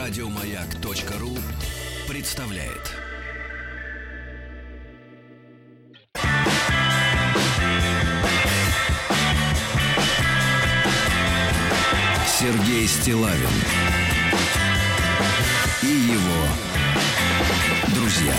Радиомаяк.ру представляет. Сергей Стиллавин и его друзья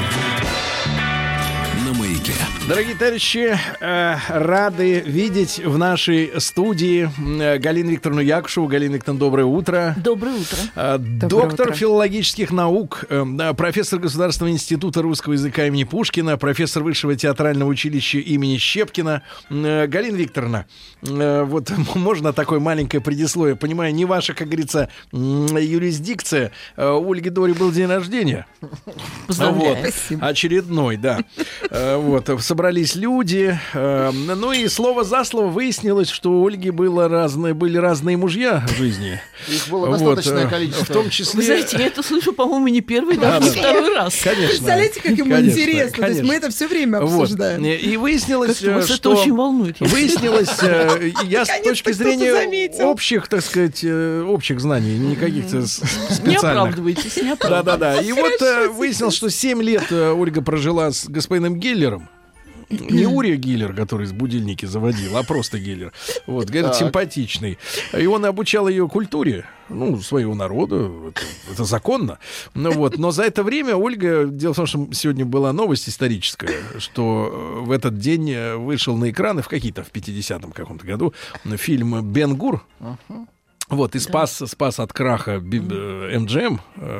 на Маяке. Дорогие товарищи, рады видеть в нашей студии Галину Викторовну Якушеву. Галина Викторовна, доброе утро. Доброе утро. Доктор филологических наук, профессор Государственного института русского языка имени Пушкина, профессор Высшего театрального училища имени Щепкина. Галина Викторовна, вот можно такое маленькое предисловие? Понимаю, не ваша, как говорится, юрисдикция. У Ольги Дори был день рождения. Поздравляю. Вот, очередной, да. Вот, собрались люди. Ну и слово за слово выяснилось, что у Ольги были разные мужья в жизни. Их было достаточное количество. В том числе... Вы знаете, я это слышу, по-моему, не первый, даже не второй раз. Конечно. Представляете, как ему интересно. То есть мы это все время обсуждаем. И выяснилось, Как-то вас это что... очень волнует. Выяснилось, я с точки зрения заметил. общих, так сказать, общих знаний, не каких-то специальных. Не оправдывайтесь, не оправдывайтесь. Да-да-да. И вот выяснилось, что 7 лет Ольга прожила с господином Геллером. Не Урия Гиллер, который с будильники заводил, а просто Гиллер. Вот, говорит, симпатичный. И он обучал ее культуре, своего народа. Это законно. Но за это время Ольга... Дело в том, что сегодня была новость историческая, что в этот день вышел на экраны в 50-м каком-то году фильм «Бен-Гур». Вот, и спас от краха MGM,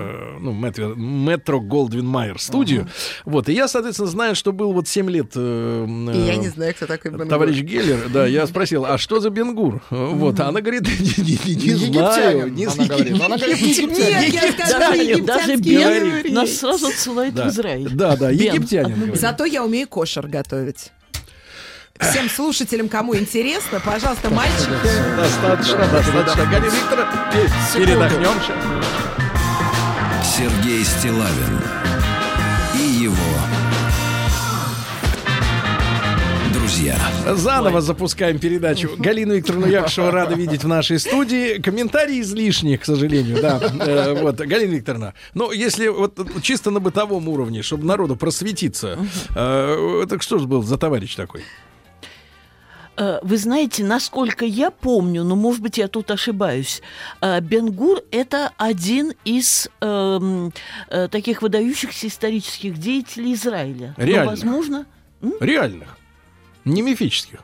Метро Голдвин Майер студию. Вот, и я, соответственно, знаю, что был 7 лет... И я не знаю, кто такой Бен-Гур. Товарищ Геллер, да, я спросил, а что за Бен-Гур? Вот, а она говорит, не знаю. Она говорит, Нет, я скажу, Даже египтянский Бен нас сразу отсылает в Израиль. Да, Бен. египтянин. говорит. Зато я умею кошер готовить. Всем слушателям, кому интересно, пожалуйста, мальчики. Достаточно. Галина Викторовна, передохнем сейчас. Сергей Стиллавин и его друзья. Заново запускаем передачу. Галину Викторовну Якушеву рада видеть в нашей студии. Комментарии излишние, к сожалению, да. Вот, Галина Викторовна, если вот чисто на бытовом уровне, чтобы народу просветиться, это что же был за товарищ такой? Вы знаете, насколько я помню, но, может быть, я тут ошибаюсь, Бен-Гур – это один из таких выдающихся исторических деятелей Израиля. Реальных? Возможно. Реальных, не мифических.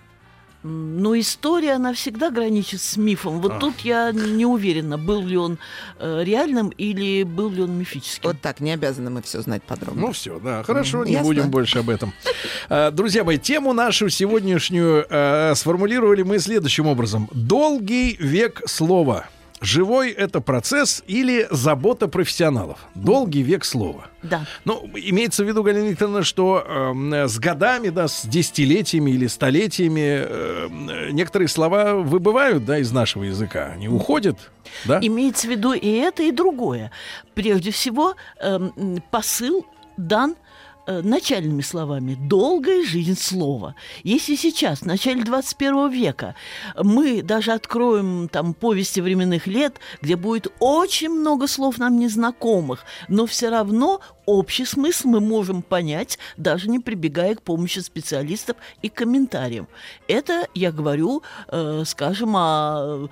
Но история, она всегда граничит с мифом. Вот тут я не уверена, был ли он реальным или был ли он мифическим. Вот так, не обязаны мы все знать подробно. Все, да, хорошо, не Ясно. будем больше об этом. Друзья мои, тему нашу сегодняшнюю сформулировали мы следующим образом. Долгий век слова. Живой это процесс или забота профессионалов? Долгий век слова. Да. Имеется в виду, Галина Викторовна, что с годами, с десятилетиями или столетиями некоторые слова выбывают, из нашего языка. Они уходят, да? Имеется в виду и это, и другое. Прежде всего, посыл дан начальными словами «долгая жизнь слова». Если сейчас, в начале 21 века, мы даже откроем повести временных лет, где будет очень много слов нам незнакомых, но все равно общий смысл мы можем понять, даже не прибегая к помощи специалистов и комментариям. Это я говорю, скажем, о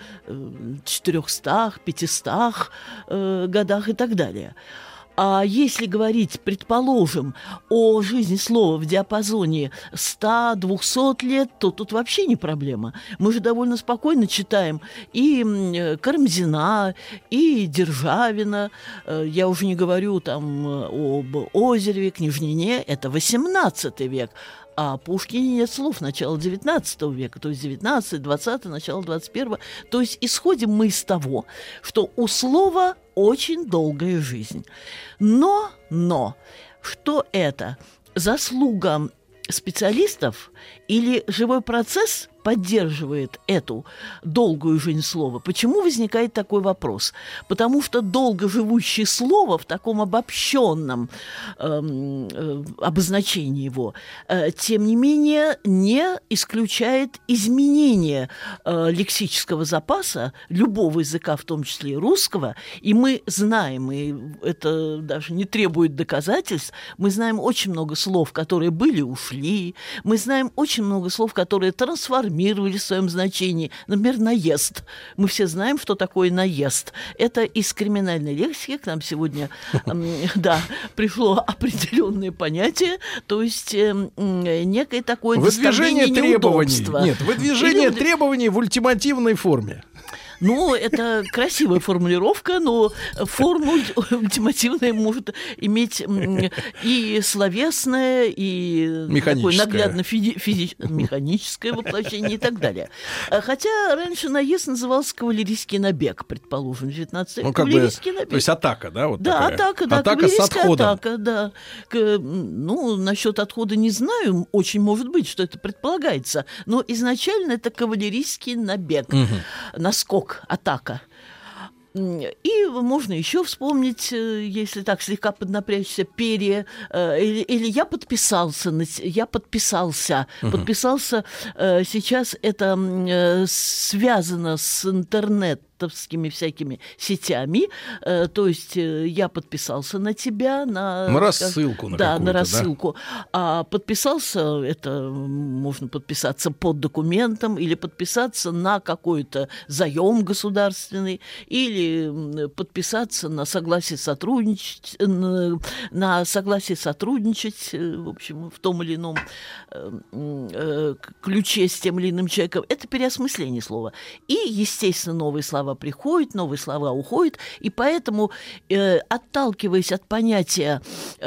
400, 500 годах и так далее. А если говорить, предположим, о жизни слова в диапазоне 100-200 лет, то тут вообще не проблема. Мы же довольно спокойно читаем и Карамзина, и Державина. Я уже не говорю об Озерове, Княжнине. Это 18 век. А Пушкине нет слов начала 19 века, то есть 19, 20, начало 21. То есть исходим мы из того, что у слова очень долгая жизнь. Но, что это? Заслуга специалистов или живой процесс поддерживает эту долгую жизнь слова, почему возникает такой вопрос? Потому что долгоживущее слово в таком обобщенном обозначении его, тем не менее, не исключает изменения лексического запаса любого языка, в том числе и русского, и мы знаем, и это даже не требует доказательств, мы знаем очень много слов, которые были, ушли, мы знаем очень много слов, которые трансформировались в своем значении, например, наезд. Мы все знаем, что такое наезд. Это из криминальной лексики к нам сегодня пришло определенное понятие, то есть некое такое доставление неудобства. Нет, выдвижение требований в ультимативной форме. Ну, это красивая формулировка, но форму ультимативная может иметь и словесное, и такое наглядно механическое воплощение и так далее. Хотя раньше наезд назывался кавалерийский набег, предположим, в 19 веке. Кавалерийский набег. То есть атака, да? Вот да, такая. атака с отходом. Атака, да. Ну, насчет отхода не знаю, очень может быть, что это предполагается, но изначально это кавалерийский набег, наскок. Атака. И можно еще вспомнить, если так слегка поднапрячься, перья, или я подписался. Подписался, сейчас это связано с интернетовскими всякими сетями, то есть я подписался на тебя, на рассылку, на рассылку. Да? А подписался, это можно подписаться под документом или подписаться на какой-то заем государственный, или подписаться на согласие сотрудничать, в общем, в том или ином ключе с тем или иным человеком. Это переосмысление слова. И, естественно, новые слова приходят, новые слова уходят, и поэтому, отталкиваясь от понятия,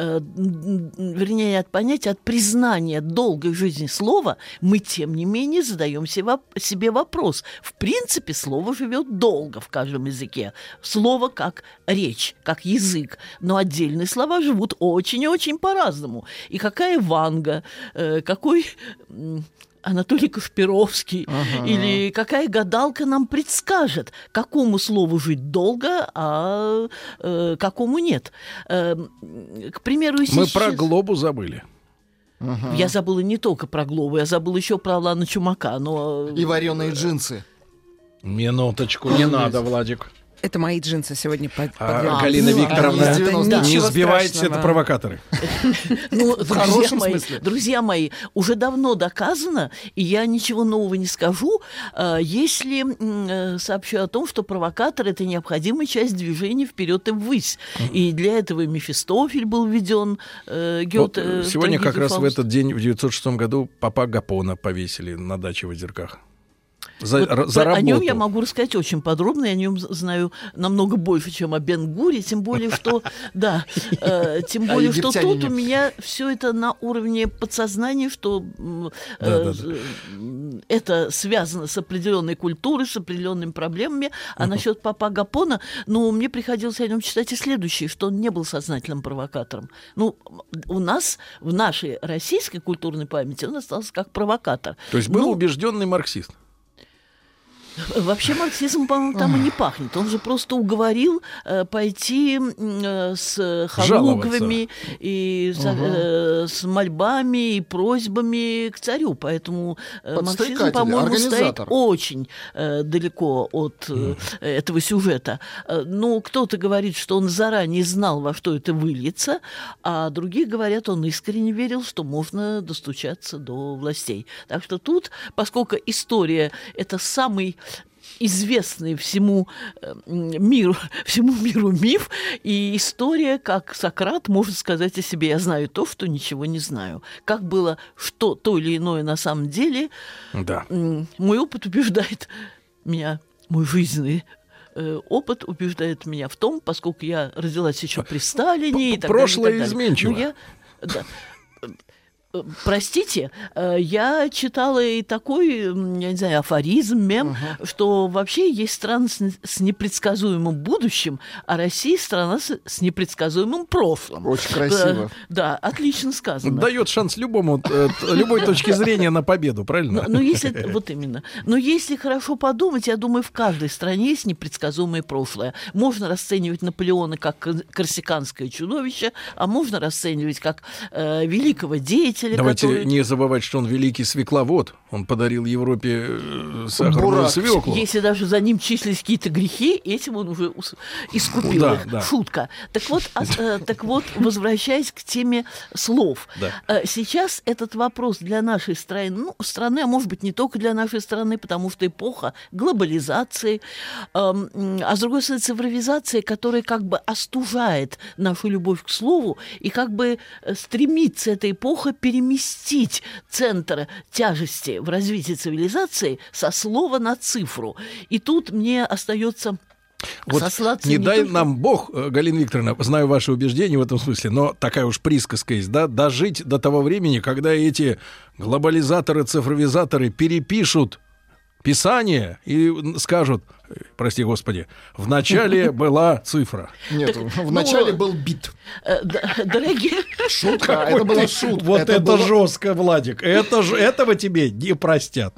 от признания долгой жизни слова, мы, тем не менее, задаем себе вопрос. В принципе, слово живет долго в каждом языке. Слово как речь, как язык, но отдельные слова живут очень и очень по-разному. И какая Ванга, какой Анатолий Кашпировский или какая гадалка нам предскажет, какому слову жить долго, а какому нет. К примеру, мы про глобу забыли. Я забыла не только про глобу, я забыла еще про Алана Чумака. И вареные джинсы. Минуточку, не надо, Владик. Это мои джинсы сегодня Галина Викторовна, не сбивайте, это провокаторы. Ну, друзья мои, уже давно доказано, и я ничего нового не скажу, если сообщу о том, что провокатор — это необходимая часть движения вперед и ввысь. И для этого Мефистофель был введен. Гёте. Сегодня как раз в этот день, в 1906 году, папа Гапона повесили на даче в Озерках. За работу. О нем я могу рассказать очень подробно, я о нем знаю намного больше, чем о Бен-Гуре, тем более, что тут у меня все это на уровне подсознания, что это связано с определенной культурой, с определенными проблемами. А насчет папа Гапона, мне приходилось о нем читать и следующее, что он не был сознательным провокатором. У нас, в нашей российской культурной памяти, он остался как провокатор. То есть был убежденный марксист? Вообще марксизм, по-моему, там и не пахнет. Он же просто уговорил пойти с хоругвями и с мольбами и просьбами к царю. Поэтому марксизм, по-моему, стоит очень далеко от этого сюжета. Кто-то говорит, что он заранее знал, во что это выльется, а другие говорят, он искренне верил, что можно достучаться до властей. Так что тут, поскольку история — это самый известный всему миру миф, и история, как Сократ может сказать о себе: я знаю то, что ничего не знаю. Как было что то или иное на самом деле, мой опыт убеждает меня, мой жизненный опыт убеждает меня в том, поскольку я родилась еще при Сталине и так далее. Прошлое изменчиво. Простите, я читала и такой, я не знаю, афоризм, мем, что вообще есть страны с непредсказуемым будущим, а Россия страна с непредсказуемым прошлым. Очень красиво. Да, отлично сказано. Дает шанс любой точки зрения на победу, правильно? Но если, вот именно. Но если хорошо подумать, я думаю, в каждой стране есть непредсказуемое прошлое. Можно расценивать Наполеона как корсиканское чудовище, а можно расценивать как великого деятеля. Давайте не забывать, что он великий свекловод. Он подарил Европе сахарную свеклу. Если даже за ним числились какие-то грехи, этим он уже искупил их. Да. Шутка. Так вот, возвращаясь к теме слов. Да. Сейчас этот вопрос для нашей страны, а может быть не только для нашей страны, потому что эпоха глобализации, а с другой стороны цифровизации, которая как бы остужает нашу любовь к слову и как бы стремится эта эпоха переместить центр тяжести в развитии цивилизации со слова на цифру. И тут мне остается сослаться не дай только... нам Бог, Галина Викторовна, знаю ваши убеждения в этом смысле, но такая уж присказка есть, да, дожить до того времени, когда эти глобализаторы, цифровизаторы перепишут Писание и скажут, прости господи, в начале была цифра. Нет, в начале был бит. Дорогие... Шутка, это была шутка. Вот это жестко, Владик, этого тебе не простят.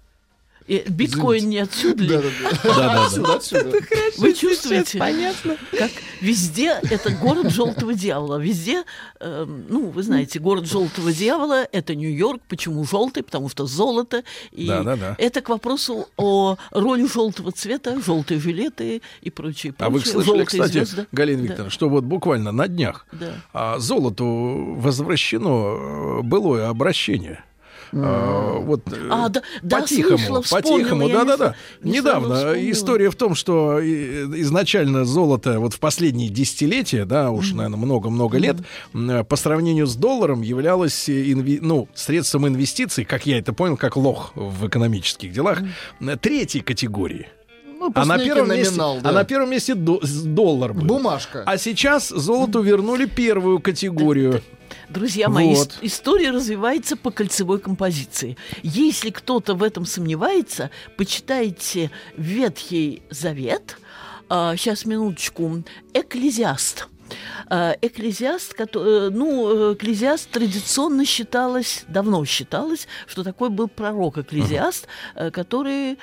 Биткоин не отсюда ли? Да. Отсюда. Вы чувствуете, понятно. как везде это город желтого дьявола. Везде, вы знаете, город желтого дьявола — это Нью-Йорк. Почему желтый? Потому что золото. И это к вопросу о роли желтого цвета, желтые жилеты и прочее. А вы слышали, кстати, звезды? Галина Викторовна, что вот буквально на днях золоту возвращено былое обращение. По-тихому, да. Недавно история в том, что изначально золото вот в последние десятилетия, уж, наверное, много-много лет, по сравнению с долларом являлось средством инвестиций, как я это понял, как лох в экономических делах, третьей категории. А на первом месте доллар был. Бумажка. А сейчас золоту вернули первую категорию. Друзья мои, история развивается по кольцевой композиции. Если кто-то в этом сомневается, почитайте Ветхий Завет. Сейчас, минуточку. Экклезиаст. Экклезиаст традиционно давно считалось, что такой был пророк Экклезиаст, который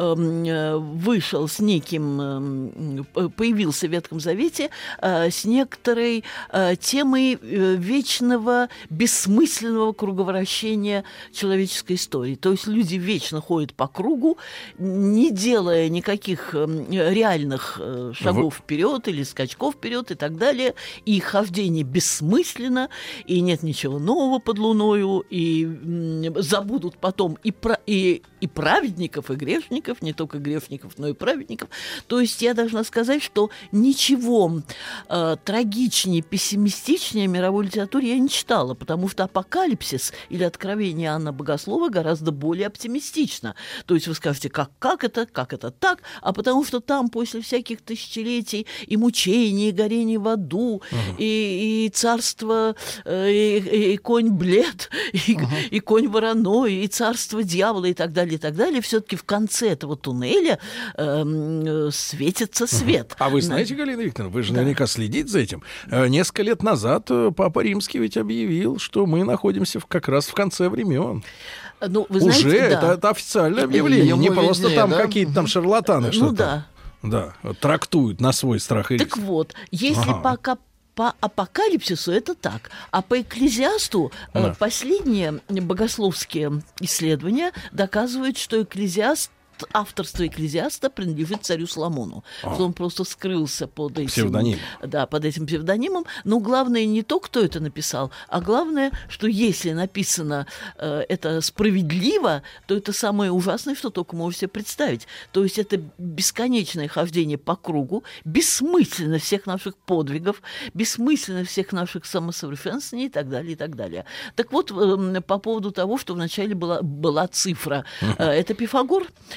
появился в Ветхом Завете с некоторой темой вечного, бессмысленного круговращения человеческой истории. То есть люди вечно ходят по кругу, не делая никаких реальных шагов вперед или скачков вперед и так далее. И хождение бессмысленно, и нет ничего нового под луною, и забудут потом и праведников, и грешников, не только грешников, но и праведников. То есть я должна сказать, что ничего трагичнее, пессимистичнее в мировой литературе я не читала, потому что «Апокалипсис» или «Откровение Иоанна Богослова» гораздо более оптимистично. То есть вы скажете, как это так? А потому что там после всяких тысячелетий и мучений, и горения в аду, и царство, и конь блед, и конь вороной, и царство дьявола, и так далее, все-таки в конце этого туннеля светится свет. А вы знаете, Галина Викторовна, вы же наверняка следите за этим. Несколько лет назад Папа Римский ведь объявил, что мы находимся как раз в конце времен. Вы знаете, это официальное объявление, не просто там какие-то там шарлатаны что-то. Да, трактуют на свой страх и риск. Так вот, если по апокалипсису это так, а по экклезиасту последние богословские исследования доказывают, что авторство Экклезиаста принадлежит царю Соломону. Что он просто скрылся под этим псевдонимом. Но главное не то, кто это написал, а главное, что если написано это справедливо, то это самое ужасное, что только можете себе представить. То есть это бесконечное хождение по кругу, бессмысленность всех наших подвигов, бессмысленность всех наших самосовершенствований и так далее, и так далее. Так вот, по поводу того, что вначале была цифра. Это Пифагор.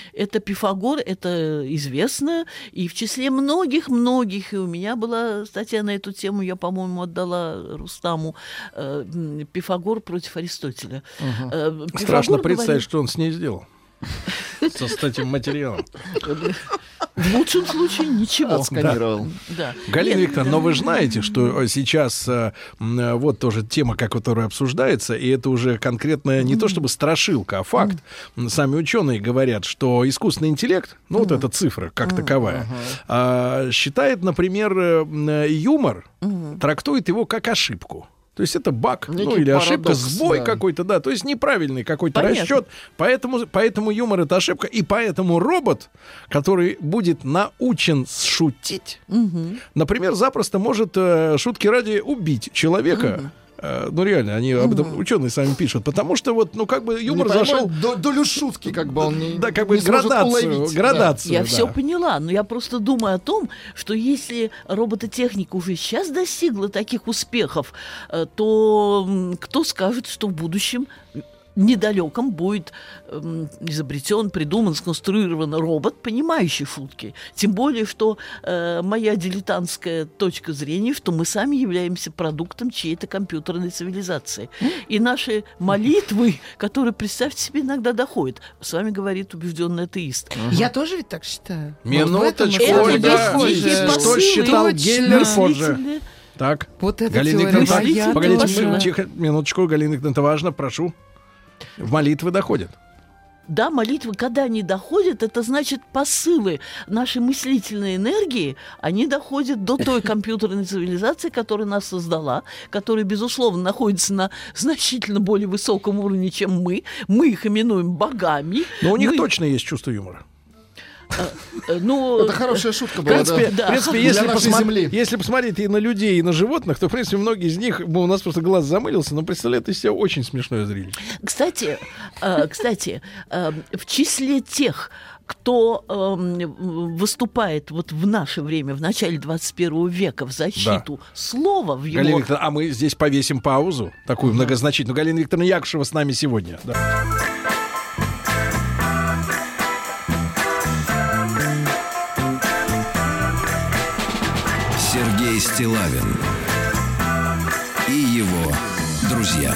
Это Пифагор, это известно, и в числе многих-многих, и у меня была статья на эту тему, я, по-моему, отдала Рустаму, Пифагор против Аристотеля. Страшно представить, что он с ней сделал. С этим материалом. В лучшем случае ничего. Отсканировал. Да. Галина Викторовна, но вы же знаете, что сейчас вот тоже тема, которая обсуждается, и это уже конкретно не то чтобы страшилка, а факт. Сами ученые говорят, что искусственный интеллект, ну вот эта цифра как таковая, считает, например, юмор, трактует его как ошибку. То есть это баг, Некий ну или ошибка, парадокс, сбой да. какой-то, да, то есть неправильный какой-то Понятно. расчет. Поэтому юмор — это ошибка. И поэтому робот, который будет научен шутить, например, запросто может шутки ради убить человека. Ну реально, они об этом ученые сами пишут, потому что вот, ну как бы юмор Не зашел, поймает долю шутки, как бы он не, да, как бы не сможет уловить. градацию. Я да. все поняла, но я просто думаю о том, что если робототехника уже сейчас достигла таких успехов, то кто скажет, что в будущем недалеком будет изобретен, придуман, сконструирован робот, понимающий шутки. Тем более, что моя дилетантская точка зрения, что мы сами являемся продуктом чьей-то компьютерной цивилизации. И наши молитвы, которые, представьте себе, иногда доходят. С вами говорит убежденный атеист. Я тоже ведь так считаю. Минуточку, Это Ольга, есть некие что посылы, считал точно. Геллер позже? Мыслительные. Так, Вот это Галина теория Викторовна, моя, погодите, точно. тихо, минуточку, Галина Викторовна, это важно, прошу. В молитвы доходят. Да, молитвы, когда они доходят, это значит посылы нашей мыслительной энергии, они доходят до той компьютерной цивилизации, которая нас создала, которая, безусловно, находится на значительно более высоком уровне, чем мы. Мы их именуем богами. Но у них Мы- точно есть чувство юмора. Ну, Это хорошая шутка В была, принципе, да. в принципе, Для если, нашей земли. если посмотреть и на людей, и на животных, то, в принципе, многие из них, у нас просто глаз замылился, но представляют из себя очень смешное зрелище. Кстати, в числе тех, кто выступает вот в наше время, в начале 21 века, в защиту слова, в Галина его... Викторовна, а мы здесь повесим паузу, такую многозначительную. Галина Викторовна Якушева с нами сегодня. Да. Сергей Стиллавин и его друзья.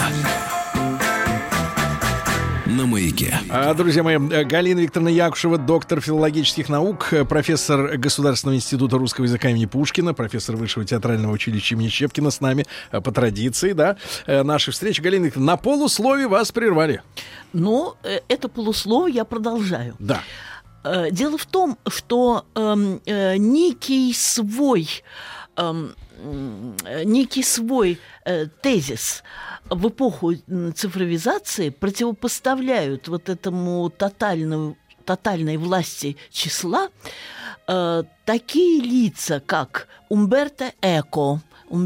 На маяке. Друзья мои, Галина Викторовна Якушева, доктор филологических наук, профессор Государственного института русского языка имени Пушкина, профессор Высшего театрального училища имени Щепкина с нами по традиции, да, нашей встречи. Галина Викторовна, на полуслове вас прервали. Но это полуслово я продолжаю. Да. Дело в том, что некий свой тезис в эпоху цифровизации противопоставляют вот этому тотальной власти числа такие лица, как Умберто Эко.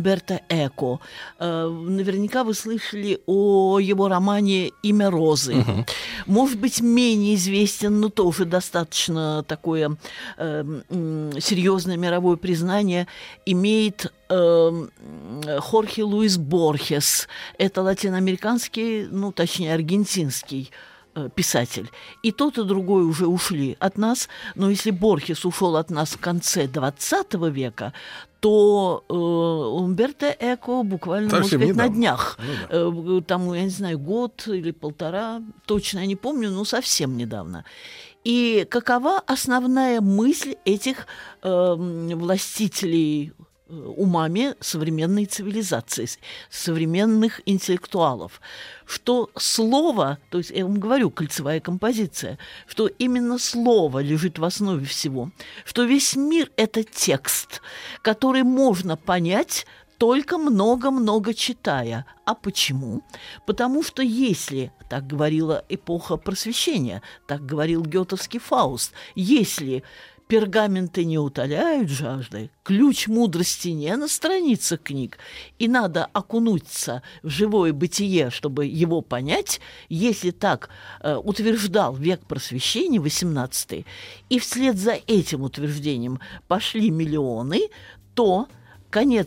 Наверняка вы слышали о его романе «Имя Розы». Может быть, менее известен, но тоже достаточно такое серьезное мировое признание имеет Хорхе Луис Борхес. Это латиноамериканский, ну, точнее, аргентинский писатель. И тот, и другой уже ушли от нас. Но если Борхес ушел от нас в конце 20 века, то Умберто Эко буквально, совсем может быть, на недавно. днях. Ну да. Там, я не знаю, год или полтора, точно я не помню, но совсем недавно. И какова основная мысль этих властителей умами современной цивилизации, современных интеллектуалов, что слово, то есть я вам говорю, кольцевая композиция, что именно слово лежит в основе всего, что весь мир — это текст, который можно понять только много-много читая. А почему? Потому что если, так говорила эпоха Просвещения, так говорил гетовский Фауст, если пергаменты не утоляют жажды, ключ мудрости не на страницах книг, и надо окунуться в живое бытие, чтобы его понять, если так утверждал век Просвещения, 18-й, и вслед за этим утверждением пошли миллионы, то конец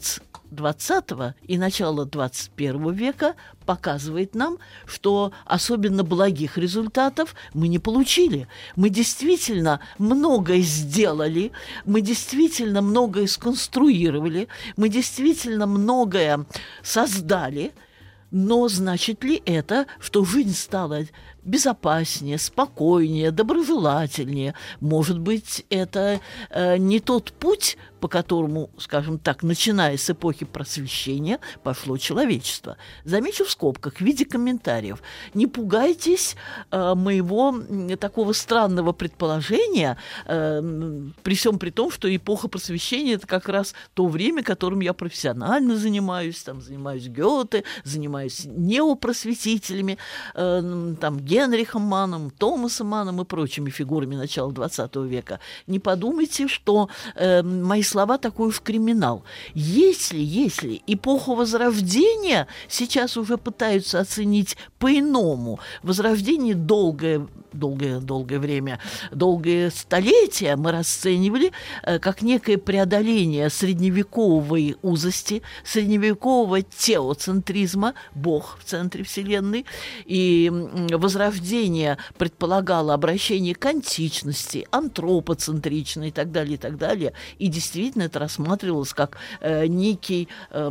XX и начало XXI века показывает нам, что особенно благих результатов мы не получили. Мы действительно многое сделали, мы действительно многое сконструировали, мы действительно многое создали, но значит ли это, что жизнь стала безопаснее, спокойнее, доброжелательнее? Может быть, это не тот путь, по которому, скажем так, начиная с эпохи Просвещения, пошло человечество. Замечу в скобках в виде комментариев. Не пугайтесь моего такого странного предположения, при всем при том, что эпоха Просвещения – это как раз то время, которым я профессионально занимаюсь. Там занимаюсь Гёте, занимаюсь неопросветителями, там, Генрихом Манном, Томасом Манном и прочими фигурами начала XX века. Не подумайте, что мои слова такой уж криминал. Если эпоху Возрождения сейчас уже пытаются оценить по-иному, Возрождение долгое время, долгие столетия мы расценивали как некое преодоление средневековой узости, средневекового теоцентризма, Бог в центре Вселенной, и Возрождение предполагало обращение к античности, антропоцентричной и так далее, и действительно это рассматривалось как некий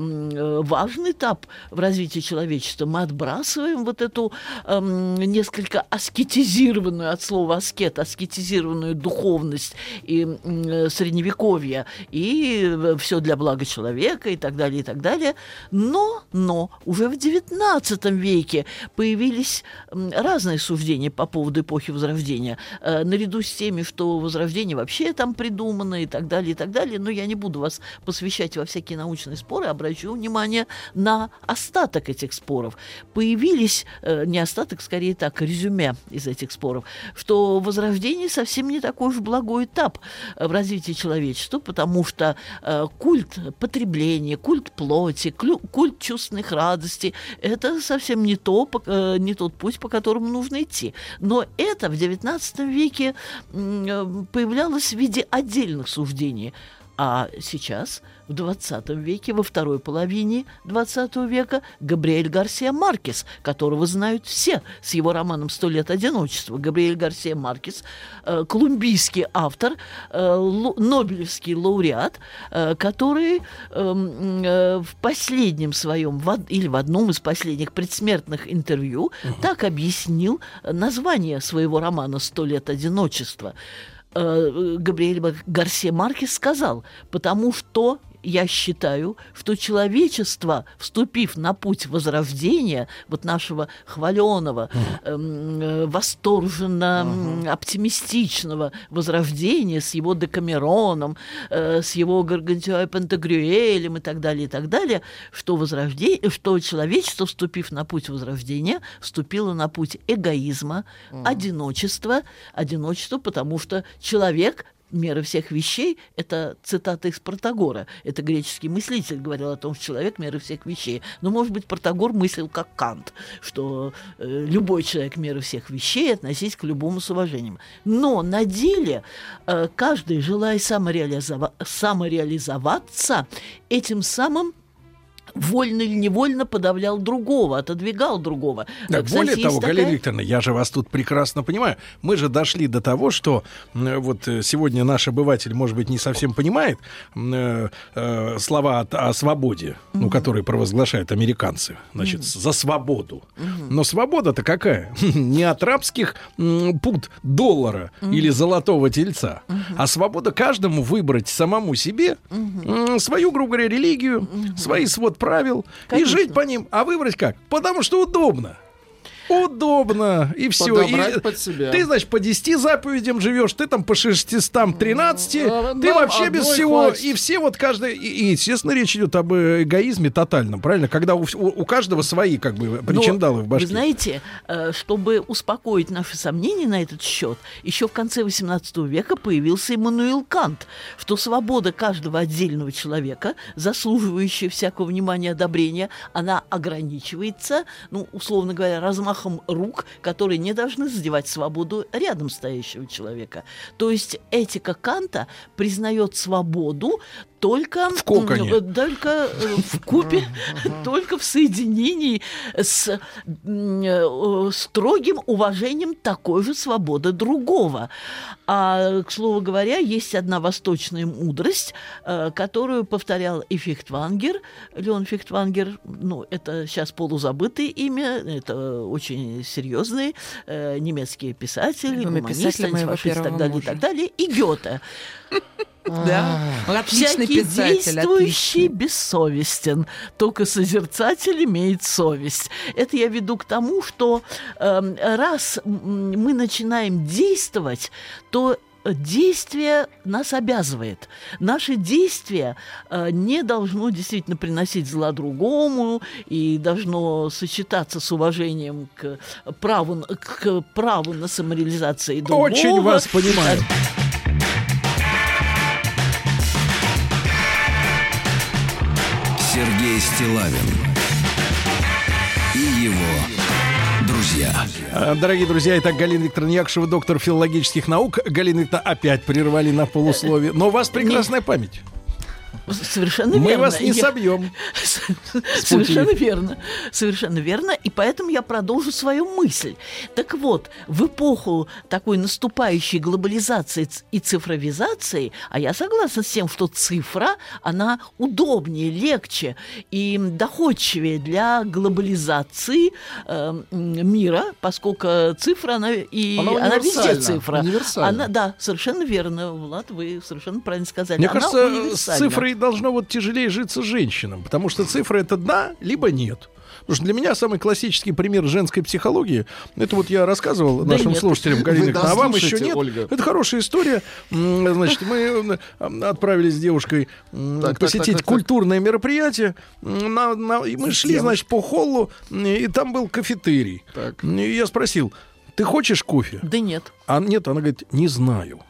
важный этап в развитии человечества. Мы отбрасываем вот эту несколько аскетизированную, от слова аскет, аскетизированную духовность и средневековье, и все для блага человека и так далее. Но уже в XIX веке появились разные суждения по поводу эпохи Возрождения. Наряду с теми, что Возрождение вообще там придумано и так далее, но я не буду вас посвящать во всякие научные споры, обращу внимание на остаток этих споров. Появились, не остаток, скорее так, резюме из этих споров, что Возрождение совсем не такой уж благой этап в развитии человечества, потому что культ потребления, культ плоти, культ чувственных радостей – это совсем не тот путь, по которому нужно идти. Но это в XIX веке появлялось в виде отдельных суждений. А сейчас, в XX веке, во второй половине XX века, Габриэль Гарсия Маркес, которого знают все с его романом «100 лет одиночества». Габриэль Гарсия Маркес, колумбийский автор, нобелевский лауреат, который в последнем своем, или в одном из последних предсмертных интервью так объяснил название своего романа «100 лет одиночества». Габриэль Гарсия Маркес сказал: потому что я считаю, что человечество, вступив на путь возрождения, вот нашего хваленого, восторженно оптимистичного возрождения с его Декамероном, с его Гаргантюа и Пантагрюэлем и так далее, что человечество, вступив на путь возрождения, вступило на путь эгоизма, одиночества, потому что человек — мера всех вещей – это цитата из Протагора. Это греческий мыслитель говорил о том, что человек – мера всех вещей. Но, может быть, Протагор мыслил как Кант, что любой человек – мера всех вещей, относись к любому с уважением. Но на деле каждый, желая самореализоваться, этим самым вольно или невольно подавлял другого, отодвигал другого. Так, более того, Галина Викторовна, я же вас тут прекрасно понимаю. Мы же дошли до того, что вот сегодня наш обыватель, может быть, не совсем понимает слова о свободе, которые провозглашают американцы, значит, за свободу. Но свобода-то какая? Не от рабских пут доллара или золотого тельца, а свобода каждому выбрать самому себе свою, грубо говоря, религию, свои свод правил, конечно, и жить по ним. А выбрать как? Потому что удобно. Удобно, и все. Подобрать под себя. Ты, значит, по 10 заповедям живешь, ты там по 613, ты вообще без всего. Хватит. И все вот каждый... И, естественно, речь идет об эгоизме тотальном, правильно? Когда у каждого свои, как бы, причиндалы в башке. Вы знаете, чтобы успокоить наши сомнения на этот счет, еще в конце XVIII века появился Иммануил Кант, что свобода каждого отдельного человека, заслуживающая всякого внимания и одобрения, она ограничивается, условно говоря, размахом рук, которые не должны задевать свободу рядом стоящего человека. То есть этика Канта признает свободу только в коконе. Только в купе, только в соединении с строгим уважением такой же свободы другого. А, к слову говоря, есть одна восточная мудрость, которую повторял и Фихтвангер, Леон Фихтвангер, ну, это сейчас полузабытое имя, это очень серьезный немецкий писатель, гуманист, антифашист, и так далее, и Гёте. Да. Отличный Всякий писатель, действующий отличный. бессовестен, только созерцатель имеет совесть. Это я веду к тому, что раз мы начинаем действовать, то действие нас обязывает. Наше действие не должно действительно приносить зла другому и должно сочетаться с уважением к праву на самореализацию другого. Очень вас понимаю. Сергей Стиллавин и его друзья. Дорогие друзья, итак, Галина Викторовна Якушева, доктор филологических наук. Галина Викторовна опять прервали на полусловие. Но у вас прекрасная память. Совершенно верно. Мы вас не собьем. Совершенно верно. Совершенно верно. И поэтому я продолжу свою мысль. Так вот, в эпоху такой наступающей глобализации и цифровизации, а я согласна с тем, что цифра, она удобнее, легче и доходчивее для глобализации мира, поскольку цифра, она везде цифра. Универсальна. Да, совершенно верно, Влад, вы совершенно правильно сказали. Мне она кажется, с универсальна. цифрой должно вот тяжелее житься женщинам, потому что цифра — это да, либо нет. Потому что для меня самый классический пример женской психологии, это вот я рассказывал нашим слушателям, Галина Викторовна, а вам еще нет. Ольга. Это хорошая история. Значит, мы отправились с девушкой посетить культурное мероприятие. И мы шли, значит, по холлу, и там был кафетерий. Так. И я спросил: ты хочешь кофе? Да нет. А нет, она говорит: не знаю.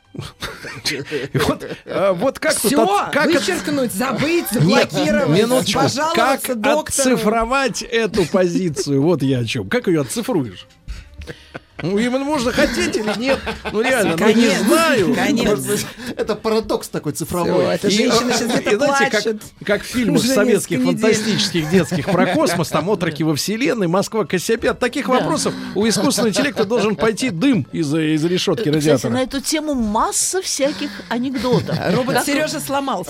Вот как тут Все, вычеркнуть, забыть, Нет, заблокировать, минуточку. Как пожаловаться доктору. отцифровать эту позицию? Вот я о чем. Как ее отцифруешь? Ну, именно можно хотеть или нет. Ну, реально, ну, не знаю. Конец. Это парадокс такой Всё, цифровой. эта женщина сейчас где-то знаете, плачет. как в фильмах Уже советских несколько недель. фантастических детских про космос, там «Отроки во вселенной», «Москва Кассиопея». От таких вопросов у искусственного интеллекта должен пойти дым из решетки Кстати, радиатора. на эту тему масса всяких анекдотов. Робот Как- Сережа сломался.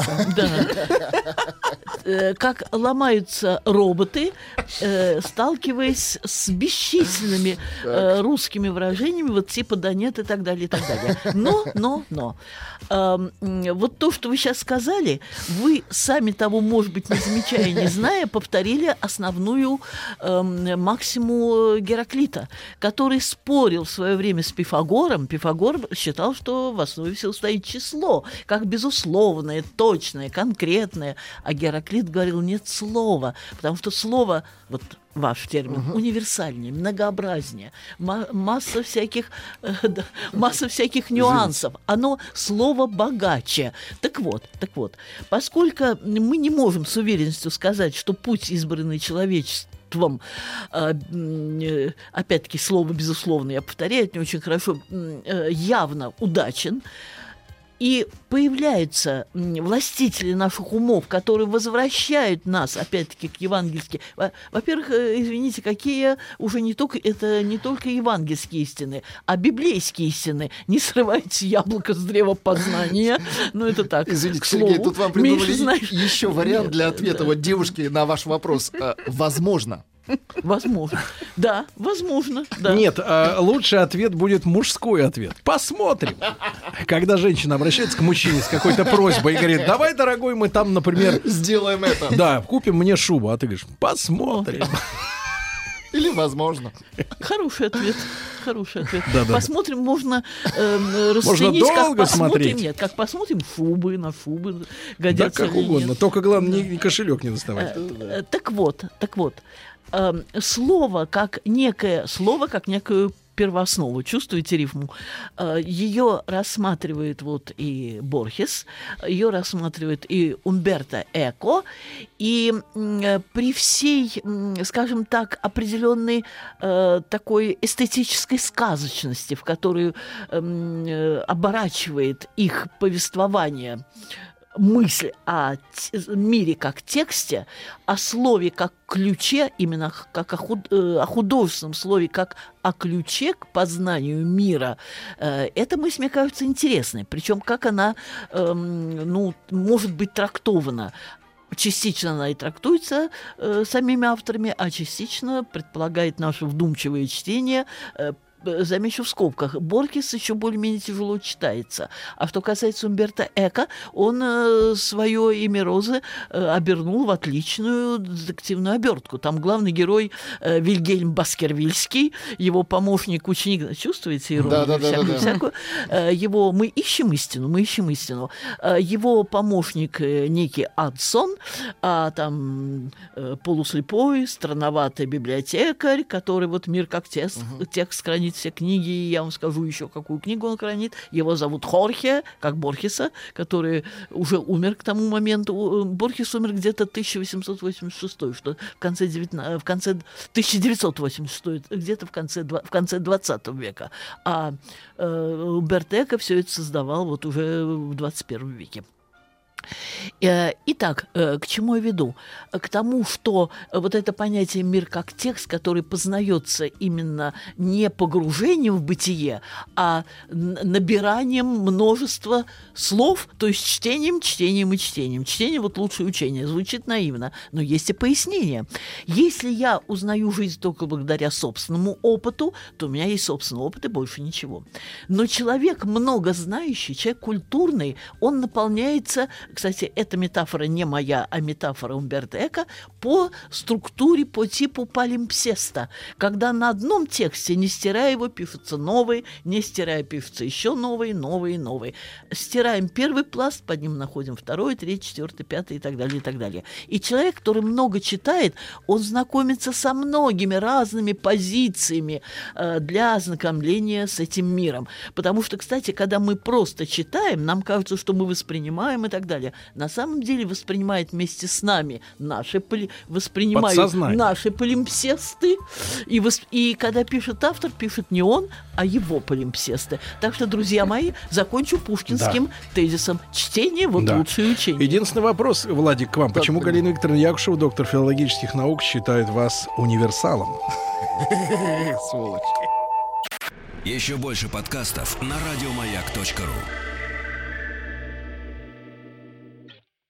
Да. Как ломаются роботы, сталкиваясь с бесчисленными русскими выражениями, вот типа «да нет» и так далее, и так далее. Но. Вот то, что вы сейчас сказали, вы сами того, может быть, не замечая, не зная, повторили основную максиму Гераклита, который спорил в свое время с Пифагором. Пифагор считал, что в основе всего стоит число, как безусловное, точное, конкретное. А Гераклит говорил: нет слова, потому что слово, вот ваш термин, универсальнее, многообразнее, масса всяких нюансов. Оно слово богаче. Так вот, поскольку мы не можем с уверенностью сказать, что путь, избранный человечеством, опять-таки слово безусловно, я повторяю, это не очень хорошо, явно удачен, и появляются властители наших умов, которые возвращают нас, опять-таки, к евангельски. Во-первых, извините, какие уже не только евангельские истины, а библейские истины. Не срывайте яблоко с древа познания. Ну, это так, Извините, к слову. Сергей, тут вам придумали Меньше знаешь. еще вариант для ответа вот девушки на ваш вопрос. Возможно. Возможно. Да, возможно. Да. Нет, лучший ответ будет мужской ответ. Посмотрим. Когда женщина обращается к мужчине с какой-то просьбой и говорит: давай, дорогой, мы там, например, Сделаем это. да, купим мне шубу. А ты говоришь: посмотрим. Или возможно. Хороший ответ. Да. Посмотрим, можно расценить, долго как посмотрим. смотреть. Нет, как посмотрим на шубы, Да, годятся как или угодно. нет. Только главное, ни кошелек не доставать. Так вот. Слово как некое первооснову. Чувствуете рифму? Ее рассматривает вот и Борхес, ее рассматривает и Умберто Эко, и при всей, скажем так, определенной такой эстетической сказочности, в которую оборачивает их повествование мысль о мире как тексте, о слове как ключе, именно как о художественном слове, как о ключе к познанию мира, эта мысль, мне кажется, интересной. Причем как она может быть трактована. Частично она и трактуется самими авторами, а частично предполагает наше вдумчивое чтение. Замечу в скобках, Борхес еще более-менее тяжело читается. А что касается Умберто Эко, он свое имя Розы обернул в отличную детективную обертку. Там главный герой Вильгельм Баскервильский, его помощник, ученик, чувствуете иронию? Всякую. Его мы ищем истину. Его помощник некий Адсон, а там полуслепой, странноватый библиотекарь, который вот мир как текст хранит все книги, и я вам скажу еще, какую книгу он хранит. Его зовут Хорхе, как Борхеса, который уже умер к тому моменту. Борхес умер где-то 1886, что в конце 1986, где-то в конце 20 века. А Умберто Эко все это создавал вот уже в 21 веке. Итак, к чему я веду? К тому, что вот это понятие «мир как текст», который познается именно не погружением в бытие, а набиранием множества слов, то есть чтением. Чтение – вот лучшее учение. Звучит наивно, но есть и пояснение. Если я узнаю жизнь только благодаря собственному опыту, то у меня есть собственный опыт и больше ничего. Но человек многознающий, человек культурный, он наполняется... Кстати, эта метафора не моя, а метафора Умберто Эко по структуре, по типу палимпсеста. Когда на одном тексте, не стирая его, пишется новый, не стирая, пишется еще новый. Стираем первый пласт, под ним находим второй, третий, четвертый, пятый и так далее, и так далее. И человек, который много читает, он знакомится со многими разными позициями для ознакомления с этим миром. Потому что, кстати, когда мы просто читаем, нам кажется, что мы воспринимаем и так далее. На самом деле воспринимает вместе с нами наши палимпсесты. И когда пишет автор, пишет не он, а его палимпсесты. Так что, друзья мои, закончу пушкинским тезисом. Чтение – вот лучшее учение. Единственный вопрос, Владик, к вам. Почему Галина Викторовна Якушева, доктор филологических наук, считает вас универсалом? Сволочь. Еще больше подкастов на радиомаяк.ру.